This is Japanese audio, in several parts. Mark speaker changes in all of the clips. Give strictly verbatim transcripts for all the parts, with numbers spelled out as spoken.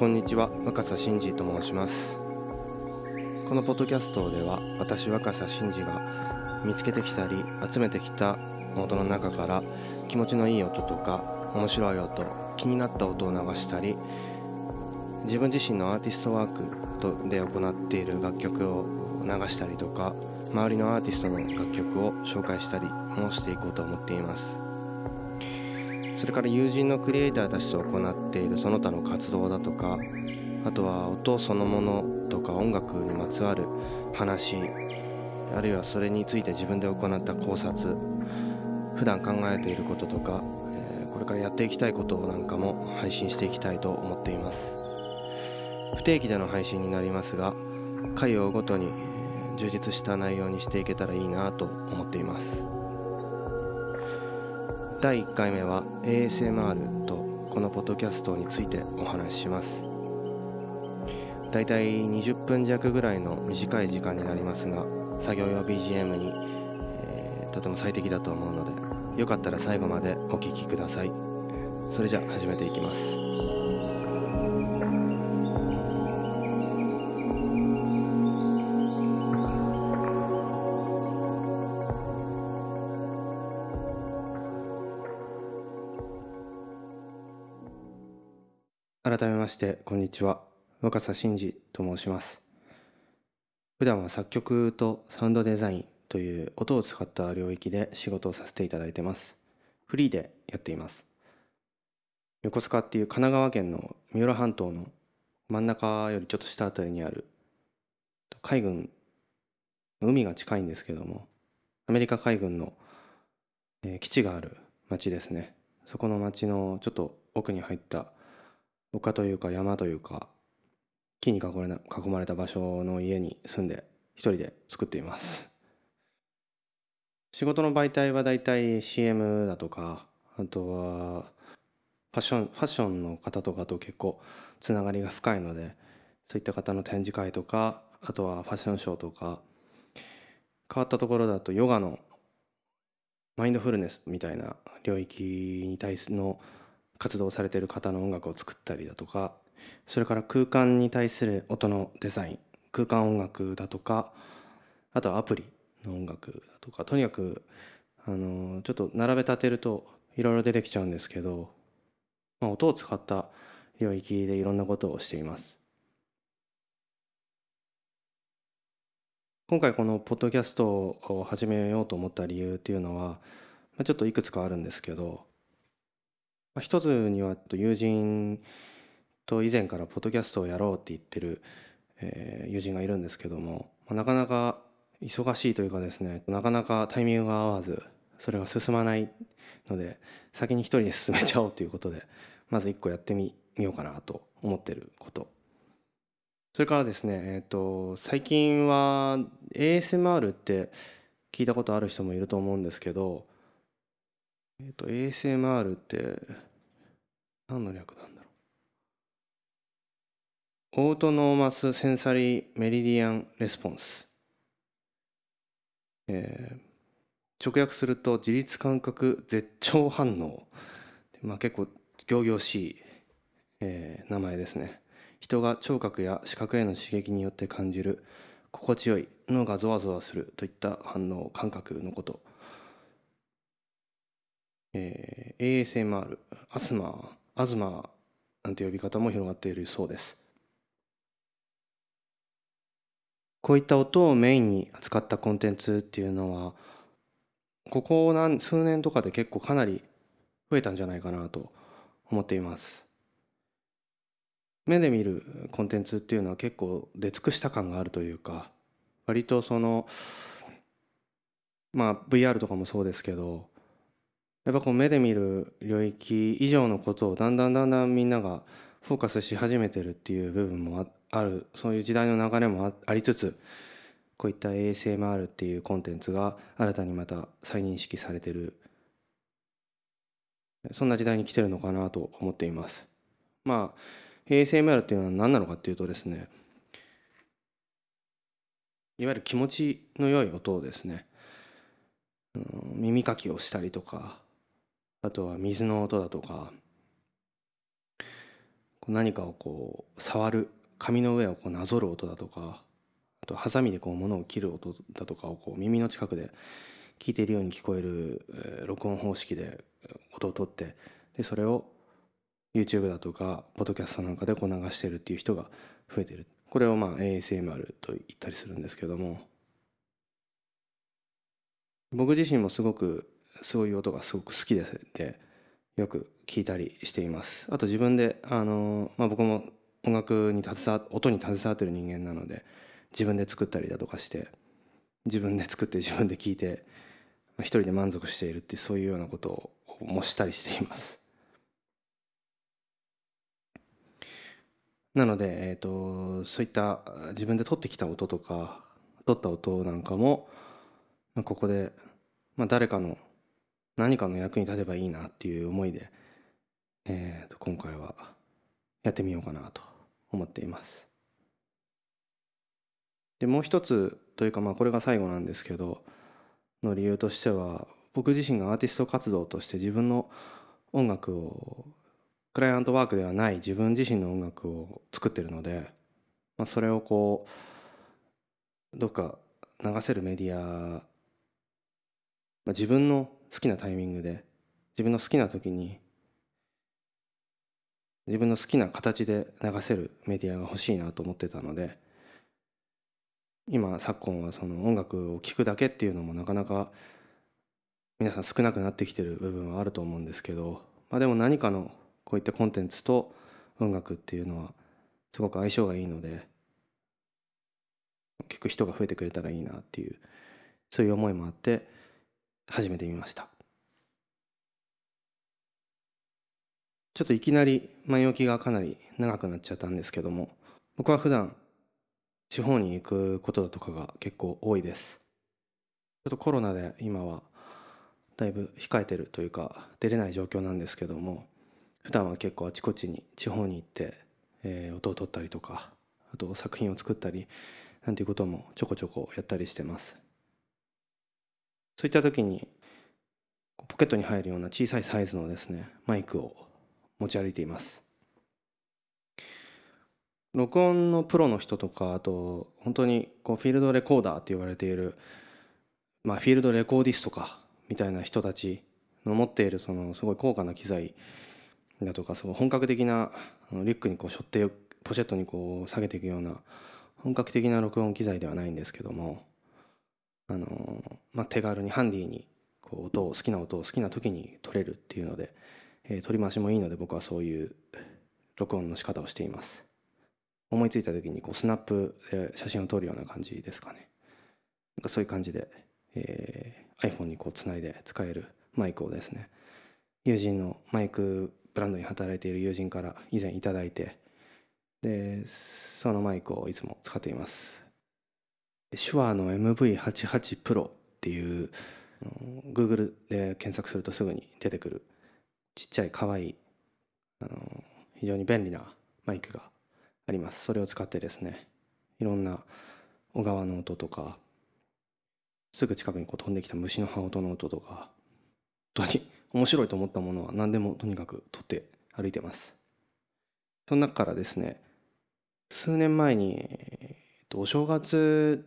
Speaker 1: こんにちは、若狭真嗣と申します。このポッドキャストでは、私若狭真嗣が見つけてきたり集めてきた音の中から気持ちのいい音とか面白い音、気になった音を流したり、自分自身のアーティストワークで行っている楽曲を流したりとか、周りのアーティストの楽曲を紹介したりもしていこうと思っています。それから友人のクリエイターたちと行っているその他の活動だとか、あとは音そのものとか音楽にまつわる話、あるいはそれについて自分で行った考察、普段考えていることとか、これからやっていきたいことなんかも配信していきたいと思っています。不定期での配信になりますが、回を追うごとに充実した内容にしていけたらいいなと思っています。だいいっかいめは エーエスエムアール とこのポッドキャストについてお話しします。だいたいにじゅっぷん弱ぐらいの短い時間になりますが、作業用 ビージーエム に、えー、とても最適だと思うので、よかったら最後までお聞きください。それじゃあ始めていきます。改めましてこんにちは、若狭真嗣と申します。普段は作曲とサウンドデザインという音を使った領域で仕事をさせていただいてます。フリーでやっています。横須賀っていう神奈川県の三浦半島の真ん中よりちょっと下あたりにある海軍、海が近いんですけども、アメリカ海軍の、えー基地がある町ですね。そこの町のちょっと奥に入った丘というか山というか木に囲まれ囲まれた場所の家に住んで一人で作っています。仕事の媒体はだいたい シーエム だとか、あとはファッションファッションの方とかと結構つながりが深いので、そういった方の展示会とか、あとはファッションショーとか、変わったところだとヨガのマインドフルネスみたいな領域に対するの活動されている方の音楽を作ったりだとか、それから空間に対する音のデザイン、空間音楽だとか、あとはアプリの音楽だとか、とにかくあのちょっと並べ立てるといろいろ出てきちゃうんですけど、まあ、音を使った領域でいろんなことをしています。今回このポッドキャストを始めようと思った理由っていうのは、まあ、ちょっといくつかあるんですけど、まあ、一つには友人と以前からポッドキャストをやろうって言ってる、えー友人がいるんですけども、まあなかなか忙しいというかですね、なかなかタイミングが合わず、それが進まないので、先に一人で進めちゃおうということで、まず一個やってみようかなと思ってること。それからですね、えっと、最近は エーエスエムアール って聞いたことある人もいると思うんですけど、えっと、エーエスエムアール って何の略なんだろう。オートノーマスセンサリーメリディアンレスポンス。えー直訳すると自律感覚絶頂反応。まあ、結構仰々しい、えー名前ですね。人が聴覚や視覚への刺激によって感じる心地よい、脳がゾワゾワするといった反応感覚のこと。えー エーエスエムアール、アスマー、アズマーなんて呼び方も広がっているそうです。こういった音をメインに扱ったコンテンツっていうのは、ここ何数年とかで結構かなり増えたんじゃないかなと思っています。目で見るコンテンツっていうのは結構出尽くした感があるというか、割とそのまあ ブイアール とかもそうですけど、やっぱこう目で見る領域以上のことをだんだんだんだんみんながフォーカスし始めてるっていう部分もあある、そういう時代の流れもあありつつ、こういった エーエスエムアール っていうコンテンツが新たにまた再認識されてる、そんな時代に来てるのかなと思っています。まあ エーエスエムアール っていうのは何なのかっていうとですね、いわゆる気持ちの良い音をですね、うん、耳かきをしたりとか、あとは水の音だとか、 こう何かをこう触る、紙の上をこうなぞる音だとか、あとハサミでこう物を切る音だとかをこう耳の近くで聞いているように聞こえる、えー録音方式で音を取って、でそれを YouTube だとかポッドキャストなんかでこう流してるっていう人が増えてる。これをまあ エーエスエムアール と言ったりするんですけども、僕自身もすごくそういう音がすごく好きででよく聞いたりしています。あと自分であの、まあ、僕も音楽に携わ音に携わってる人間なので、自分で作ったりだとかして、自分で作って自分で聞いて、まあ、一人で満足しているっていう、そういうようなことをもしたりしています。なので、えーと、そういった自分で撮ってきた音とか撮った音なんかも、まあ、ここで、まあ、誰かの何かの役に立てばいいなっていう思いで、えーと今回はやってみようかなと思っています。でもう一つというか、まあこれが最後なんですけどの理由としては、僕自身がアーティスト活動として自分の音楽を、クライアントワークではない自分自身の音楽を作ってるので、まあ、それをこうどっか流せるメディア、まあ、自分の好きなタイミングで自分の好きな時に自分の好きな形で流せるメディアが欲しいなと思ってたので、今昨今はその音楽を聴くだけっていうのもなかなか皆さん少なくなってきてる部分はあると思うんですけど、まあ、でも何かのこういったコンテンツと音楽っていうのはすごく相性がいいので、聞く人が増えてくれたらいいなっていう、そういう思いもあって始めてみました。ちょっといきなり前置きがかなり長くなっちゃったんですけども、僕は普段地方に行くことだとかが結構多いです。ちょっとコロナで今はだいぶ控えてるというか出れない状況なんですけども、普段は結構あちこちに地方に行って、えー音を取ったりとか、あと作品を作ったりなんていうこともちょこちょこやったりしてます。そういった時にポケットに入るような小さいサイズのですねマイクを持ち歩いています。録音のプロの人とか、あと本当にこうフィールドレコーダーって言われている、まあ、フィールドレコーディストかみたいな人たちの持っているそのすごい高価な機材だとか、その本格的なリュックにこう背負ってポシェットにこう下げていくような本格的な録音機材ではないんですけども、あのまあ、手軽にハンディにこう音を好きな音を好きな時に取れるっていうので、えー取り回しもいいので、僕はそういう録音の仕方をしています。思いついた時にこうスナップで写真を撮るような感じですかね。なんかそういう感じで、えー iPhone にこうつないで使えるマイクをですね、友人のマイクブランドに働いている友人から以前いただいて、でそのマイクをいつも使っています。手話の エムブイはちじゅうはち Pro っていう、Google で検索するとすぐに出てくるちっちゃい可愛いあの非常に便利なマイクがあります。それを使ってですね、いろんな小川の音とか、すぐ近くにこう飛んできた虫の羽音の音とか、本当に面白いと思ったものは何でもとにかく撮って歩いてます。その中からですね、数年前に、えっとお正月、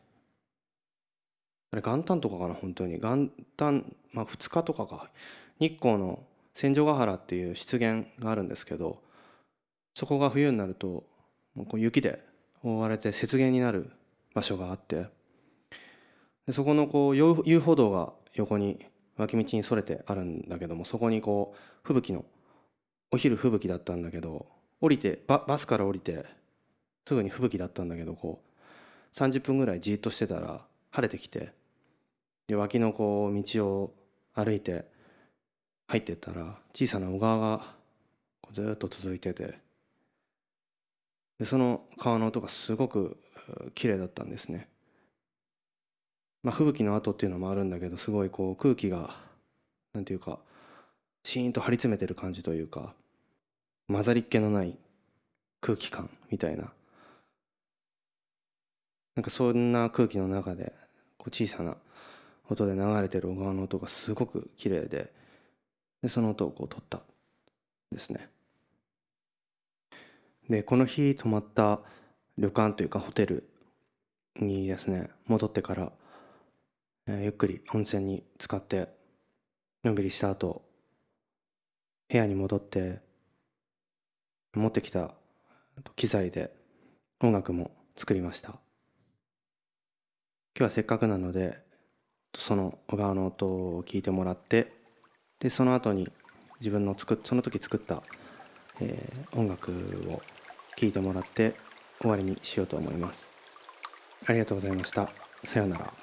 Speaker 1: あれ元旦とかかな、本当に元旦、まあふつかとかか、日光の千畳ヶ原っていう湿原があるんですけど、そこが冬になるともうこう雪で覆われて雪原になる場所があって、でそこのこう遊遊歩道が横に脇道にそれてあるんだけども、そこにこう吹雪の、お昼吹雪だったんだけど、降りてバ、バスから降りてすぐに吹雪だったんだけど、こうさんじゅっぷんぐらいじっとしてたら晴れてきて、で脇のこう道を歩いて入ってったら小さな小川がこうずっと続いてて、でその川の音がすごく綺麗だったんですね。まあ吹雪の後っていうのもあるんだけど、すごいこう空気がなんていうかシーンと張り詰めてる感じというか、混ざりっ気のない空気感みたいな、なんかそんな空気の中でこう小さな音で流れてる小川の音がすごく綺麗で、でその音をこう撮ったんですね。 で、この日泊まった旅館というかホテルにですね、戻ってから、えーゆっくり温泉に浸かってのんびりした後、部屋に戻って持ってきた機材で音楽も作りました。今日はせっかくなので、その小川の音を聞いてもらって、で、その後に自分の作っ、その時作った、えー音楽を聴いてもらって終わりにしようと思います。ありがとうございました。さようなら。